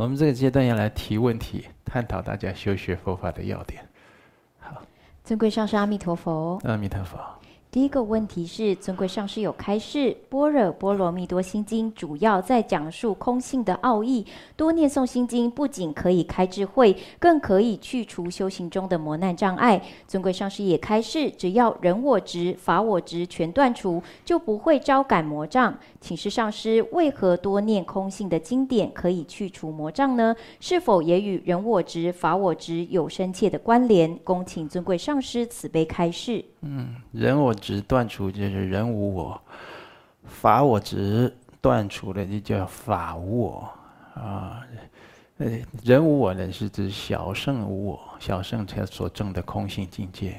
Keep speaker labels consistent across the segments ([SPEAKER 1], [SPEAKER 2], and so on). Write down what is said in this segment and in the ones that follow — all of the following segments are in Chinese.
[SPEAKER 1] 我们这个阶段要来提问题，探讨大家修学佛法的要点。好，
[SPEAKER 2] 尊贵上师阿弥陀佛。
[SPEAKER 1] 阿弥陀佛。
[SPEAKER 2] 第一个问题是，尊贵上师有开示，《般若波罗蜜多心经》主要在讲述空性的奥义。多念诵心经，不仅可以开智慧，更可以去除修行中的磨难障碍。尊贵上师也开示，只要人我执、法我执全断除，就不会招感魔障。请示上师，为何多念空性的经典可以去除魔障呢？是否也与人我执、法我执有深切的关联？恭请尊贵上师慈悲开示。
[SPEAKER 1] 人我执断除就是人无我，法我执断除了就叫法无我啊。人无我呢是指小圣无我，小圣才所证的空性境界。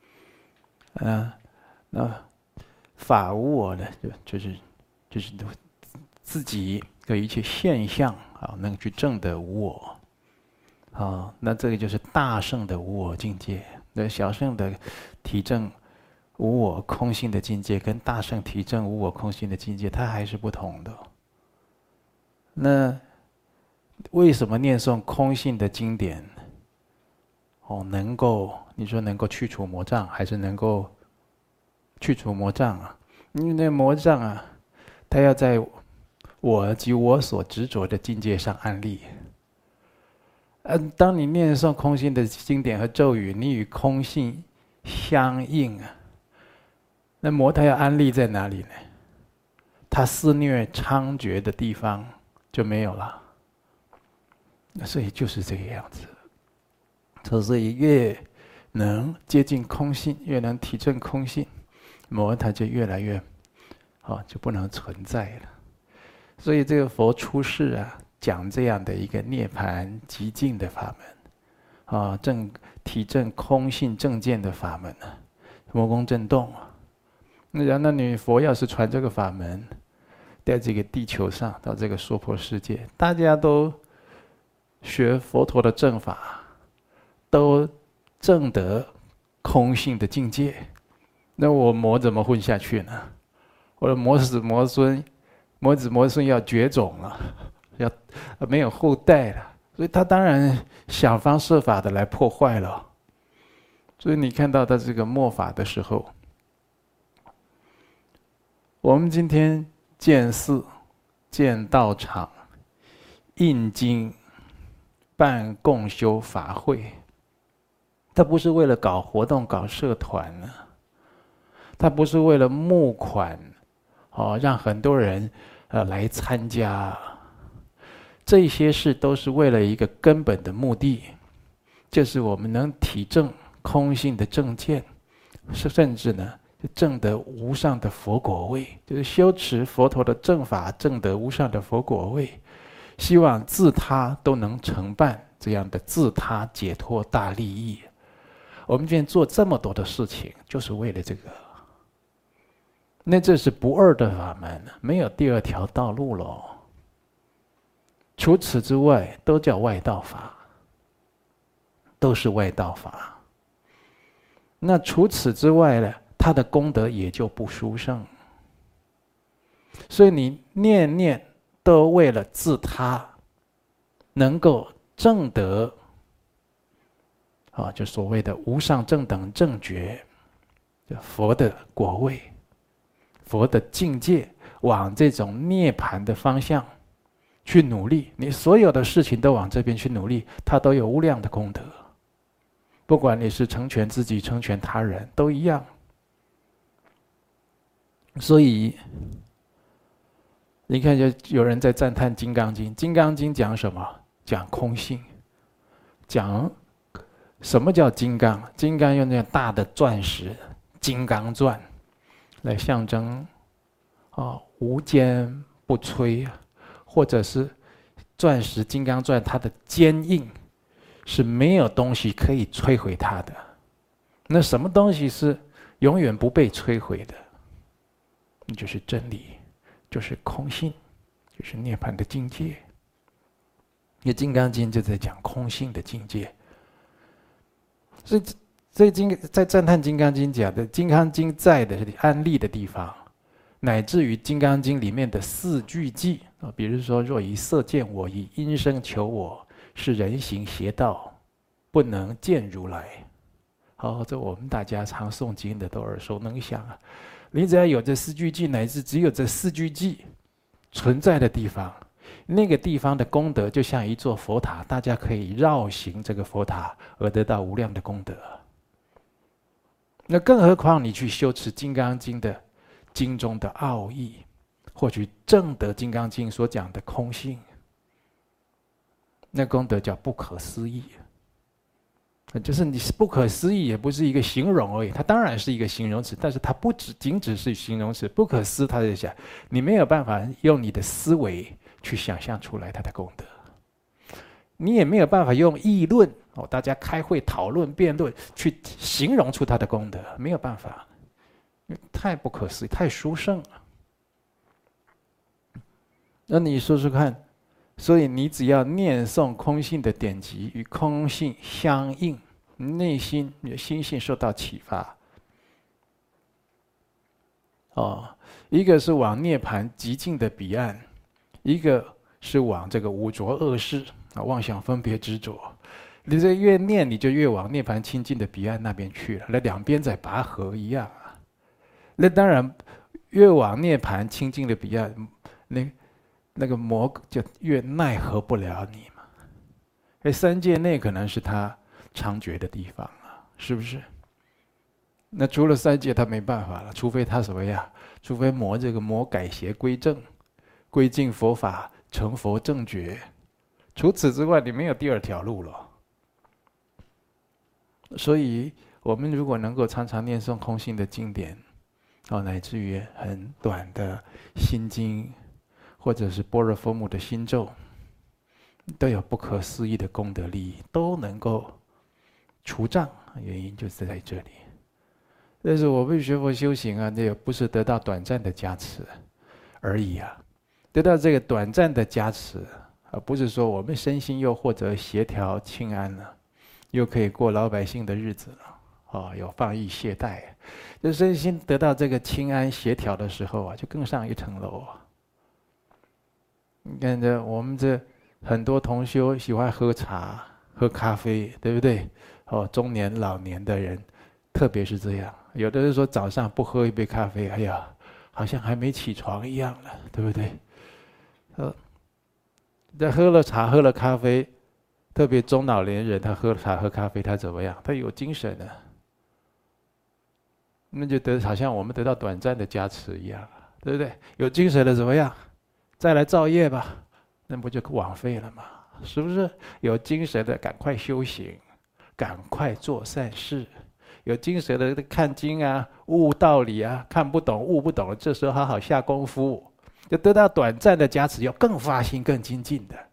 [SPEAKER 1] 那法无我呢，就是自己的一切现象啊，能去证得无我啊。那这个就是大圣的无我境界。那小圣的体证无我空性的境界，跟大圣体证无我空性的境界，它还是不同的。那为什么念诵空性的经典，能够你说能够去除魔障，还是能够去除魔障啊？因为那魔障啊，它要在我及我所执着的境界上安立。当你念诵空性的经典和咒语，你与空性相应啊，那魔它要安立在哪里呢？它肆虐猖獗的地方就没有了。所以就是这个样子。所以越能接近空性，越能体证空性，魔它就越来越就不能存在了。所以这个佛出世啊，讲这样的一个涅槃极境的法门体证空性正见的法门啊，魔宫震动啊。那你佛要是传这个法门，在这个地球上，到这个娑婆世界，大家都学佛陀的正法，都证得空性的境界，那我魔怎么混下去呢？我的魔子魔孙要绝种了，要没有后代了，所以他当然想方设法的来破坏了。所以你看到他这个末法的时候，我们今天建寺、建道场、印经、办共修法会，他不是为了搞活动、搞社团啊，他不是为了募款，让很多人来参加。这些事都是为了一个根本的目的，就是我们能体证空性的正见，甚至呢证得无上的佛果位，就是修持佛陀的正法，证得无上的佛果位，希望自他都能承办这样的自他解脱大利益。我们今天做这么多的事情，就是为了这个。那这是不二的法门，没有第二条道路喽。除此之外，都叫外道法，都是外道法。那除此之外呢，他的功德也就不殊胜。所以你念念都为了自他能够证得就所谓的无上正等正觉，佛的果位，佛的境界，往这种涅槃的方向去努力，你所有的事情都往这边去努力，它都有无量的功德。不管你是成全自己、成全他人，都一样。所以你看，就有人在赞叹《金刚经》。《金刚经》讲什么？讲空性。讲什么叫金刚？金刚用那样大的钻石金刚钻来象征无坚不摧，或者是钻石金刚钻，它的坚硬是没有东西可以摧毁它的。那什么东西是永远不被摧毁的？那就是真理，就是空性，就是涅槃的境界。因为《金刚经》就在讲空性的境界。所以在赞叹《金刚经》讲的，《金刚经》在的安立的地方，乃至于《金刚经》里面的四句偈比如说，若以色见我，以音声求我，是人行邪道，不能见如来。好，这我们大家常诵经的都耳熟能详啊。你只要有这四句偈，乃至只有这四句偈存在的地方，那个地方的功德就像一座佛塔，大家可以绕行这个佛塔而得到无量的功德。那更何况你去修持《金刚经》的经中的奥义，或许正得《金刚经》所讲的空性，那功德叫不可思议。就是你不可思议，也不是一个形容而已，它当然是一个形容词，但是它不仅只是形容词。不可思，他在想，你没有办法用你的思维去想象出来它的功德，你也没有办法用议论大家开会讨论辩论去形容出它的功德，没有办法，太不可思议，太殊胜了。那你说说看，所以你只要念诵空性的典籍，与空性相应，内心你的心性受到启发。一个是往涅槃极尽的彼岸，一个是往这个五浊恶世妄想分别执着。你这越念，你就越往涅槃清净的彼岸那边去了，那两边在拔河一样啊。那当然，越往涅槃清净的彼岸，那个魔就越奈何不了你嘛。三界内可能是他猖獗的地方啊，是不是？那除了三界，他没办法了，除非他什么呀？除非魔改邪归正，归敬佛法，成佛正觉。除此之外，你没有第二条路了。所以，我们如果能够常常念诵空性的经典，乃至于很短的心经，或者是般若佛母的心咒，都有不可思议的功德利益，都能够除障。原因就是在这里。但是我们学佛修行啊，这也不是得到短暂的加持而已啊，得到这个短暂的加持，而不是说我们身心又获得协调清安了，又可以过老百姓的日子了，有放逸懈怠。就身心得到这个清安协调的时候啊，就更上一层楼啊。你看这我们这很多同修喜欢喝茶、喝咖啡，对不对？中年、老年的人，特别是这样。有的人说早上不喝一杯咖啡，哎呀，好像还没起床一样了，对不对？在喝了茶、喝了咖啡，特别中老年人，他喝茶、喝咖啡，他怎么样？他有精神了，那就好像我们得到短暂的加持一样，对不对？有精神了怎么样？再来造业吧，那不就枉费了吗？是不是？有精神的赶快修行，赶快做善事。有精神的看经啊，悟道理啊，看不懂悟不懂，这时候好好下功夫，就得到短暂的加持，要更发心更精进的。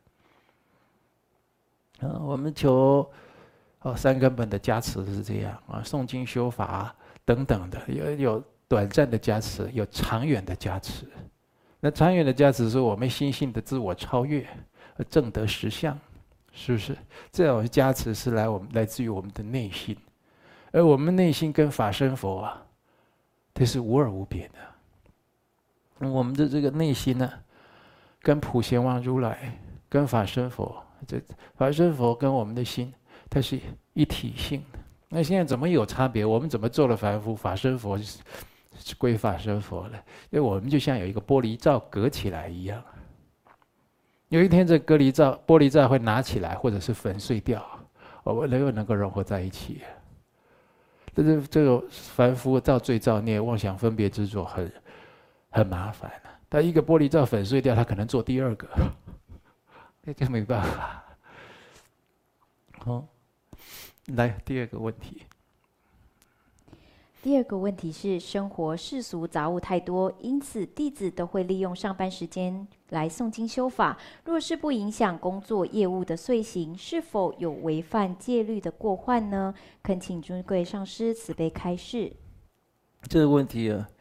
[SPEAKER 1] 我们求三根本的加持是这样啊，诵经修法等等的，有短暂的加持，有长远的加持。那长远的加持是我们心性的自我超越，证得实相，是不是？这种加持是来自于我们的内心。而我们内心跟法身佛啊，它是无二无别的。我们的这个内心呢，跟普贤王如来、跟法身佛，这法身佛跟我们的心，它是一体性的。那现在怎么有差别？我们怎么做了凡夫，法身佛是归法身佛了？因为我们就像有一个玻璃罩隔起来一样。有一天，这玻璃罩会拿起来，或者是粉碎掉，我们又能够融合在一起。但是这个凡夫造罪造孽、妄想分别执着很麻烦啊。他一个玻璃罩粉碎掉，他可能做第二个，那就没办法。来第二个问题。
[SPEAKER 2] 第二个问题是，生活世俗杂物太多，因此弟子都会利用上班时间来诵经修法。若是不影响工作业务的遂行，是否有违反戒律的过患呢？恳请尊贵上师慈悲开示。
[SPEAKER 1] 这个问题啊，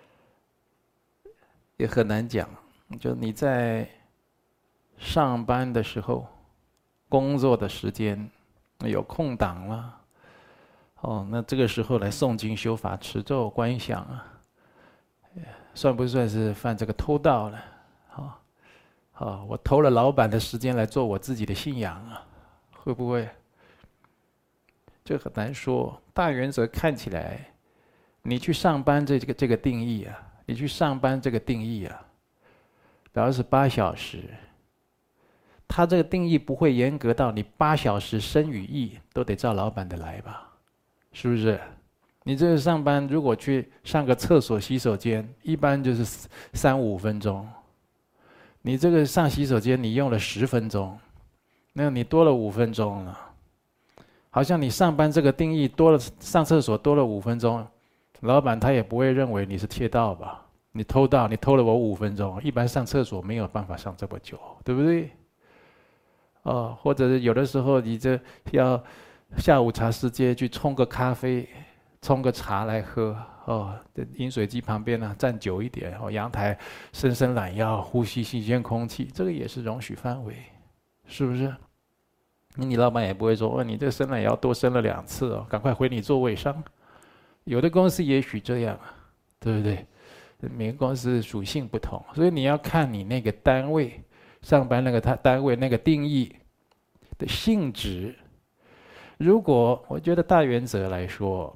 [SPEAKER 1] 也很难讲。就你在上班的时候，工作的时间有空档了。那这个时候来诵经修法、持咒观想啊，算不算是犯这个偷盗了？ 我偷了老板的时间来做我自己的信仰啊，会不会？这很难说。大原则看起来，你去上班这个定义啊，你去上班这个定义啊，比方是8小时，他这个定义不会严格到你8小时生与义都得照老板的来吧？是不是？你这个上班如果去上个厕所、洗手间，一般就是3-5分钟。你这个上洗手间你用了10分钟，那你多了5分钟了。好像你上班这个定义多了，上厕所多了5分钟，老板他也不会认为你是窃盗吧？你偷盗，你偷了我5分钟，一般上厕所没有办法上这么久，对不对？或者是有的时候你这要下午茶时间去冲个咖啡，冲个茶来喝，饮水机旁边呢站久一点，阳台伸伸懒腰，呼吸新鲜空气，这个也是容许范围，是不是？你老板也不会说，你这伸懒腰多伸了2次哦，赶快回你座位上。有的公司也许这样，对不对？每个公司属性不同，所以你要看你那个单位上班那个单位那个定义的性质。如果我觉得大原则来说，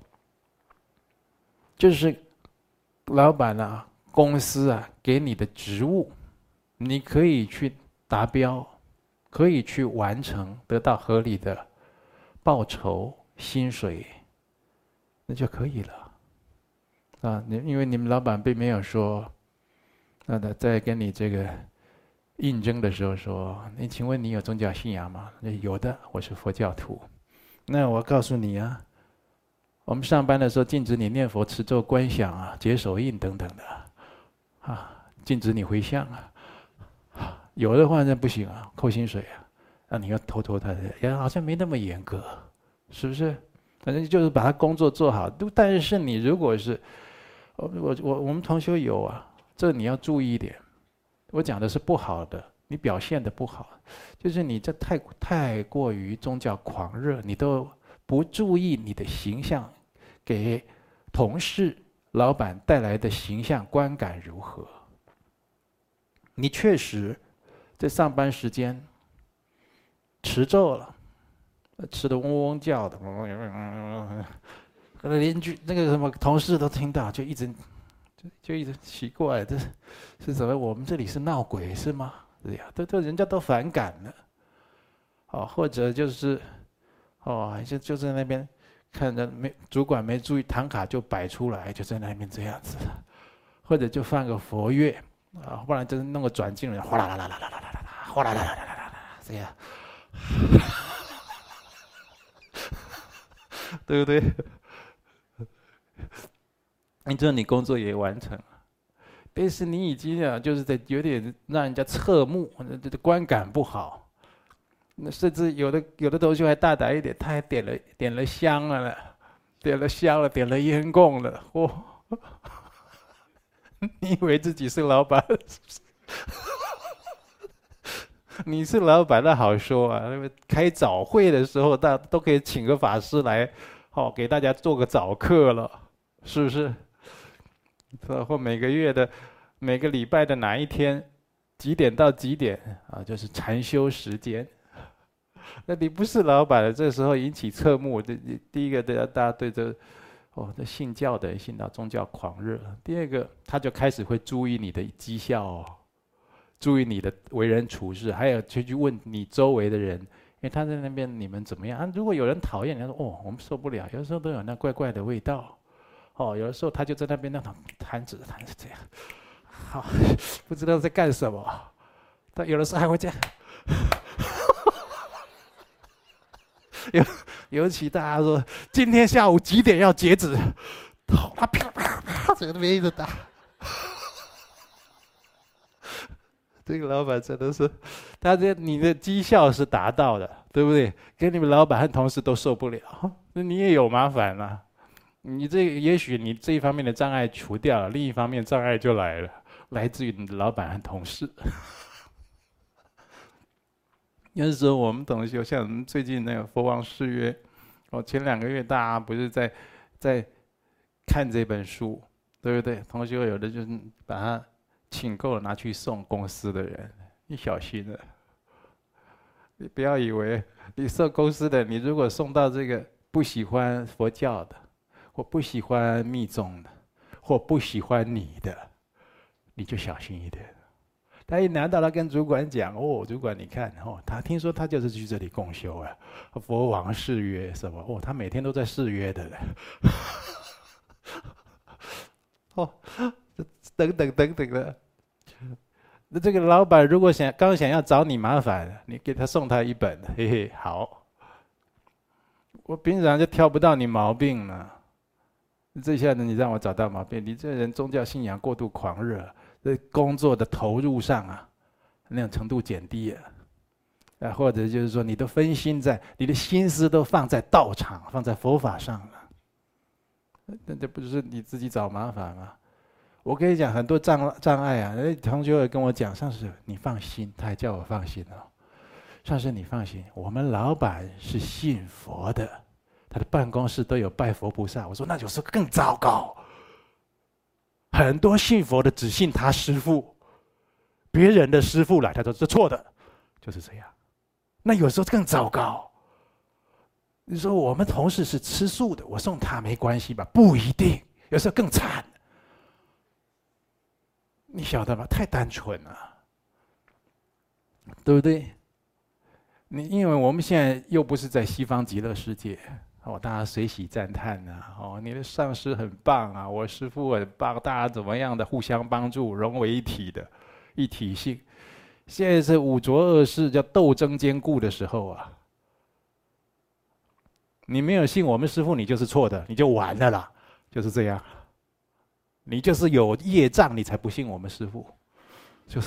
[SPEAKER 1] 就是老板啊、公司啊给你的职务，你可以去达标，可以去完成，得到合理的报酬、薪水，那就可以了。因为你们老板并没有说，在跟你这个应征的时候说，请问你有宗教信仰吗？有的，我是佛教徒。那我告诉你啊，我们上班的时候禁止你念佛、持咒、观想啊、结手印等等的，禁止你回向啊。有的话那不行啊，扣薪水啊。你要偷他的，也好像没那么严格，是不是？反正就是把他工作做好。但是你如果是，我们同修有啊，这你要注意一点。我讲的是不好的，你表现的不好，就是你这太过于宗教狂热，你都不注意你的形象，给同事、老板带来的形象观感如何？你确实在上班时间持咒了，吃得嗡嗡叫的，可能邻居那个什么同事都听到，就一直奇怪，这是什么？我们这里是闹鬼是吗？对呀，人家都反感了，或者就是就在那边看着主管没注意，唐卡就摆出来，就在那边这样子，或者就放个佛乐不然就是弄个转经人，哗啦啦啦啦啦啦啦啦，哗啦啦啦啦啦啦，这样，对不对？你知道你工作也完成了，但是你已经就是在有点让人家侧目，这观感不好。那甚至有的同学还大胆一点，他还点了香了，点了烟供了，你以为自己是老板？你是老板那好说啊，开早会的时候，大家都可以请个法师来，给大家做个早课了，是不是？或每个礼拜的哪一天，几点到几点就是禅修时间。那你不是老板了，这时候引起侧目，第一个大家对这信教的人信到宗教狂热；第二个，他就开始会注意你的绩效注意你的为人处事，还有去问你周围的人，因为他在那边你们怎么样如果有人讨厌，他说我们受不了，有的时候都有那怪怪的味道。有的时候他就在那边那种弹指这样，不知道在干什么。他有的时候还会这样，尤其大家说今天下午几点要截止，他啪啪啪这个边一直打。这个老板真的是，你的绩效是达到的，对不对？跟你们老板和同事都受不了，那你也有麻烦了。你也许你这一方面的障碍除掉了，另一方面障碍就来了，来自于你的老板和同事。有时候我们同学像最近那个佛王誓约，前2个月大家不是在看这本书，对不对？同学有的就是把它请购了拿去送公司的人， 你小心了。你不要以为你送公司的，你如果送到这个不喜欢佛教的，或不喜欢密宗的，或不喜欢你的，你就小心一点。他一拿到，他跟主管讲：“哦，主管，你看，哦，他听说他就是去这里共修啊，佛王誓约什么？哦，他每天都在誓约的嘞。哦，等等等等的。那这个老板如果刚想要找你麻烦，你给他送他一本，嘿嘿，好。我平常就挑不到你毛病呢，这下子你让我找到毛病，你这人宗教信仰过度狂热。”在工作的投入上啊，那种程度减低了，或者就是说，你的分心在，你的心思都放在道场、放在佛法上了，那这不是你自己找麻烦吗？我跟你讲，很多障碍啊，同学也跟我讲，上师你放心，他还叫我放心哦。上师你放心，我们老板是信佛的，他的办公室都有拜佛菩萨。我说那有时候更糟糕。很多信佛的只信他师父，别人的师父来，他说这错的，就是这样。那有时候更糟糕。你说我们同事是吃素的，我送他没关系吧？不一定，有时候更惨。你晓得吗？太单纯了，对不对？因为我们现在又不是在西方极乐世界。哦，大家随喜赞叹啊！哦，你的上师很棒啊，我师父很棒，大家怎么样的互相帮助，融为一体的，一体性。现在是五浊恶世叫斗争兼顾的时候啊！你没有信我们师父，你就是错的，你就完了啦，就是这样。你就是有业障，你才不信我们师父，就是。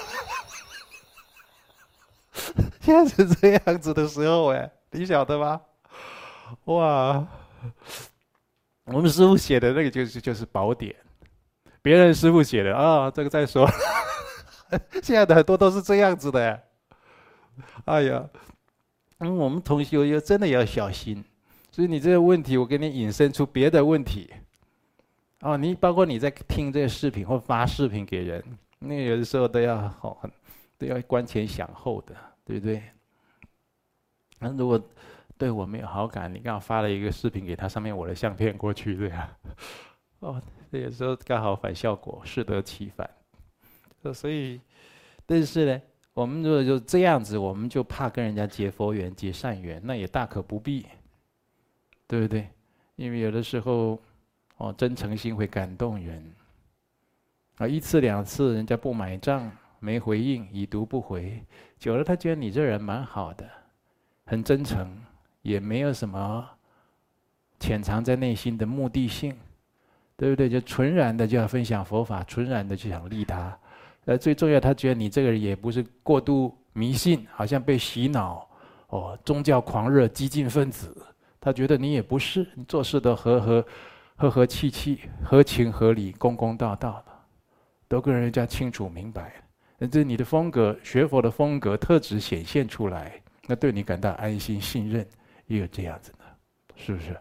[SPEAKER 1] 现在是这样子的时候哎，你晓得吗？哇，我们师父写的那个就是宝典，别人师父写的啊，这个再说。现在的很多都是这样子的，哎呀，我们同修又真的要小心。所以你这个问题，我给你引申出别的问题。哦，包括你在听这个视频或发视频给人，那有的时候都要观前想后的，对不对？那如果对我没有好感，你刚好发了一个视频给他，上面我的相片过去，对啊，哦，这有时候刚好反效果，适得其反。所以，但是呢，我们如果就这样子，我们就怕跟人家结佛缘、结善缘，那也大可不必，对不对？因为有的时候，哦，真诚心会感动人。啊，一次两次人家不买账、没回应、已读不回，久了他觉得你这人蛮好的，很真诚。也没有什么潜藏在内心的目的性，对不对？就纯然的就要分享佛法，纯然的就想利他。最重要，他觉得你这个人也不是过度迷信，好像被洗脑，哦，宗教狂热、激进分子。他觉得你也不是，你做事都和和气气、合情合理、公公道道的，都跟人家清楚明白。这你的风格，学佛的风格特质显现出来，那对你感到安心、信任。也有这样子的，是不是？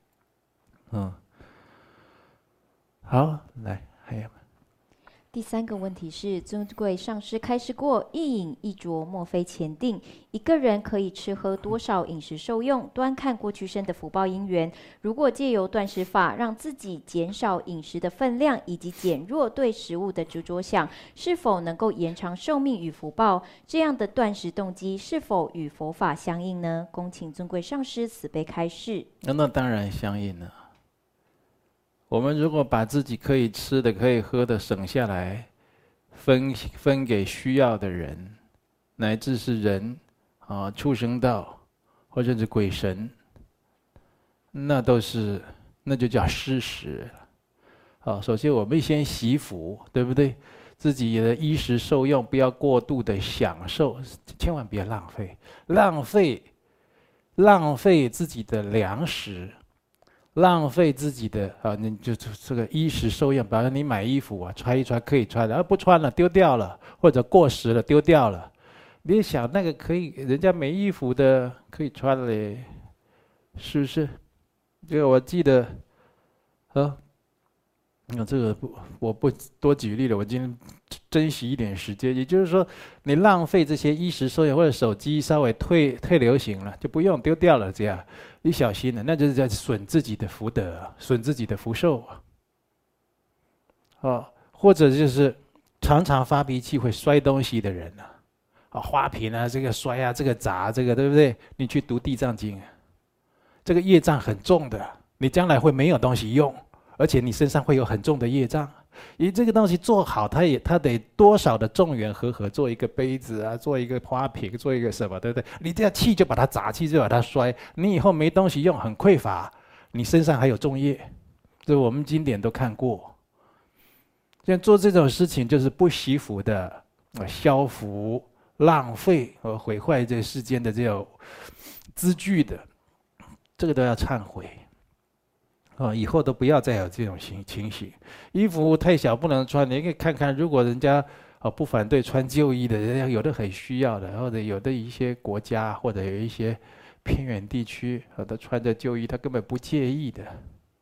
[SPEAKER 1] 好，来，还有。
[SPEAKER 2] 第3个问题是，尊贵上师开示过，一饮一啄莫非前定，一个人可以吃喝多少饮食受用，端看过去生的福报因缘。如果借由断食法，让自己减少饮食的分量，以及减弱对食物的执着想，是否能够延长寿命与福报？这样的断食动机是否与佛法相应呢？恭请尊贵上师慈悲开示。
[SPEAKER 1] 那当然相应了。我们如果把自己可以吃的、可以喝的省下来，分给需要的人，乃至是人啊、畜生道或者是鬼神，那就叫施食。好，首先我们先惜福，对不对？自己的衣食受用不要过度的享受，千万别浪费，浪费自己的粮食。浪费自己的你就这个衣食受用，比方说你买衣服啊，穿一穿可以穿的，不穿了丢掉了，或者过时了丢掉了。别想那个可以，人家没衣服的可以穿嘞，是不是？这个我记得， 那这个我不多举例了，我今天珍惜一点时间。也就是说，你浪费这些衣食收养，或者手机稍微退流行了，就不用丢掉了，这样你小心了，那就是在损自己的福德，损自己的福寿啊。或者就是常常发脾气会摔东西的人花瓶啊，这个摔啊，这个砸，这个对不对？你去读地藏经，这个业障很重的，你将来会没有东西用。而且你身上会有很重的业障，因为这个东西做好，它得多少的众缘和合，做一个杯子啊，做一个花瓶，做一个什么，对不对？你这样气就把它砸，气就把它摔，你以后没东西用，很匮乏，你身上还有重业，这我们经典都看过。像做这种事情就是不惜福的，消福、浪费和毁坏这世间的这种资具的，这个都要忏悔。以后都不要再有这种情形。衣服太小不能穿，你可以看看，如果人家不反对穿旧衣的，人家有的很需要的，或者有的一些国家或者有一些偏远地区，他穿着旧衣，他根本不介意的。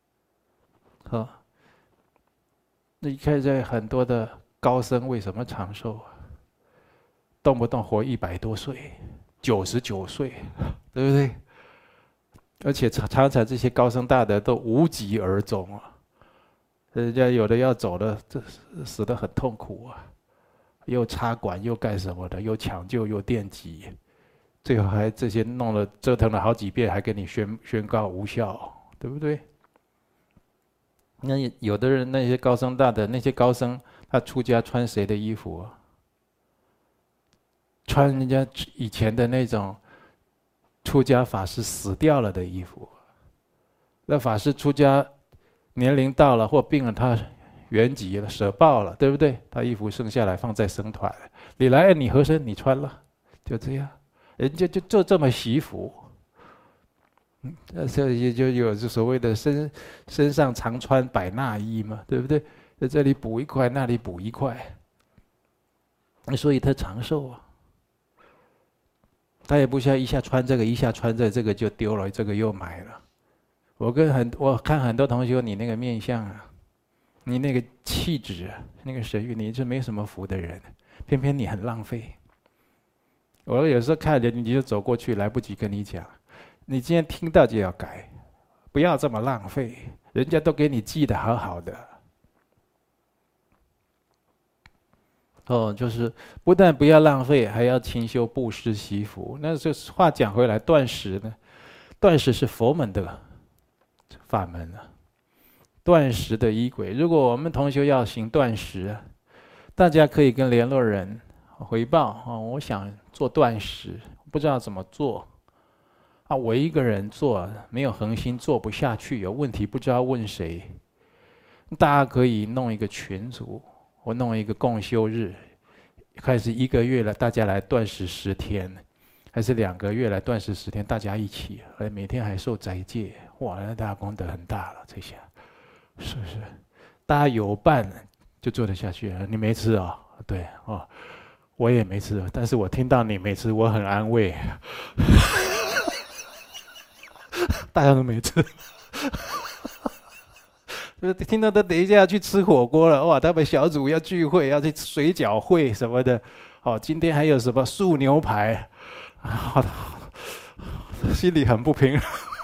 [SPEAKER 1] 那你看这很多的高僧为什么长寿动不动活100多岁，99岁，对不对？而且常常这些高僧大德都无疾而终人家有的要走的，这死得很痛苦又插管又干什么的，又抢救又电击，最后还这些弄了折腾了好几遍，还给你宣告无效，对不对？那有的人那些高僧大德，那些高僧他出家穿谁的衣服穿人家以前的那种出家法师死掉了的衣服。那法师出家年龄到了或病了，他圆寂了，舍报了，对不对？他衣服剩下来放在僧团，你来你合身你穿了，就这样，人家就这么惜福。这也就有所谓的身上常穿百衲衣嘛，对不对？在这里补一块，那里补一块，所以他长寿他也不像一下穿这个，一下穿这个就丢了，这个又买了。我看很多同学，你那个面相你那个气质那个神韵，你是没什么福的人，偏偏你很浪费。我有时候看人，你就走过去，来不及跟你讲。你今天听到就要改，不要这么浪费，人家都给你记得好好的。就是不但不要浪费，还要勤修布施惜福。那这话讲回来，断食呢？断食是佛门的法门断食的仪轨。如果我们同学要行断食大家可以跟联络人回报我想做断食，不知道怎么做我一个人做没有恒心，做不下去，有问题不知道问谁。大家可以弄一个群组，我弄一个共修日，开始1个月了，大家来断食10天，还是2个月来断食10天，大家一起，每天还受斋戒，哇，那大家功德很大了，这下是不是？大家有伴就做得下去。你没吃对我也没吃，但是我听到你没吃，我很安慰。大家都没吃。听到他等一下要去吃火锅了，哇！他们小组要聚会，要去水饺会什么的，今天还有什么素牛排，心里很不平，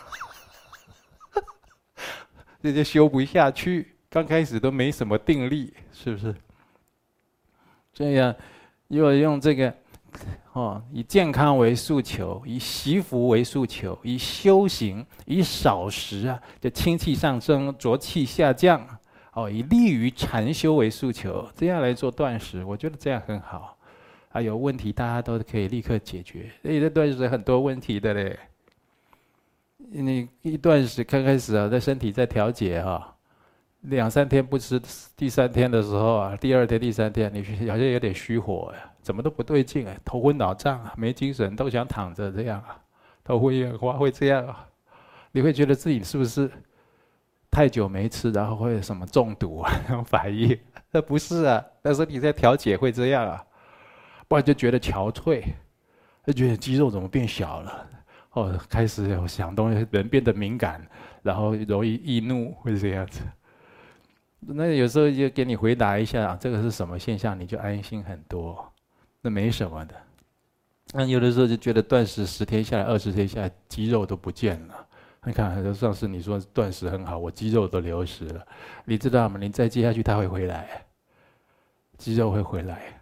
[SPEAKER 1] 这就修不下去。刚开始都没什么定力，是不是？这样，如果用这个。以健康为诉求，以惜福为诉求，以修行，以少食就清气上升，浊气下降，以利于禅修为诉求，这样来做断食，我觉得这样很好。有问题大家都可以立刻解决。这断食很多问题的嘞。你一断食刚开始在身体在调节2、3天不吃，第3天的时候第2天、第3天，你好像有点虚火怎么都不对劲头昏脑胀没精神，都想躺着这样头昏眼花会这样你会觉得自己是不是太久没吃，然后会有什么中毒那种反应？那不是但是你在调节会这样不然就觉得憔悴，就觉得肌肉怎么变小了开始有想东西，人变得敏感，然后容易易怒，会这样子。 那有时候就给你回答一下，这个是什么现象，你就安心很多，那没什么的。那有的时候就觉得断食10天下来、20天下来，肌肉都不见了。你看，上次你说断食很好，我肌肉都流失了，你知道吗？你再接下去，它会回来，肌肉会回来。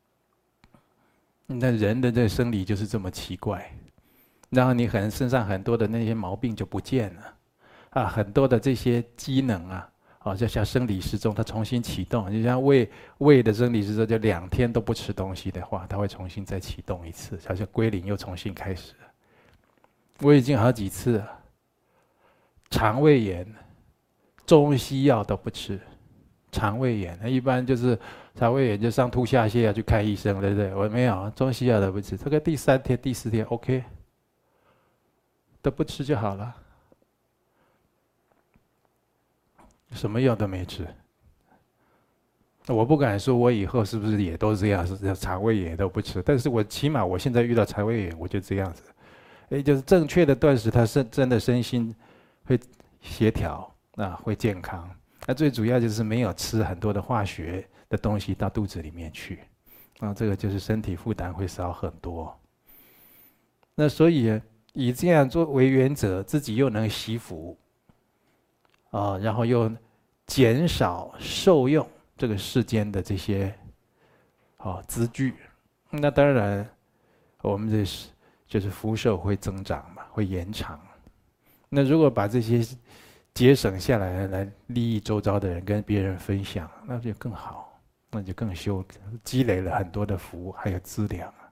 [SPEAKER 1] 那人的这生理就是这么奇怪，然后你可能身上很多的那些毛病就不见了，啊，很多的这些机能啊，就像生理时钟，它重新启动，就像胃的生理时钟，就2天都不吃东西的话，它会重新再启动一次，好像归零又重新开始了。我已经好几次了。肠胃炎，中西药都不吃。肠胃炎，那一般就是肠胃炎就上吐下泻去看医生，对不对？我没有，中西药都不吃。这个第3天、第4天 OK， 都不吃就好了，什么药都没吃。我不敢说我以后是不是也都这样，是肠胃炎都不吃，但是我起码我现在遇到肠胃炎，我就这样子。就是正确的断食，它是真的身心会协调啊，会健康。那最主要就是没有吃很多的化学的东西到肚子里面去，这个就是身体负担会少很多。那所以以这样做为原则，自己又能惜福，然后又减少受用这个世间的这些资具，那当然我们这是就是福寿会增长嘛，会延长。那如果把这些节省下来，来利益周遭的人，跟别人分享，那就更好，那就更积累了很多的福，还有资粮。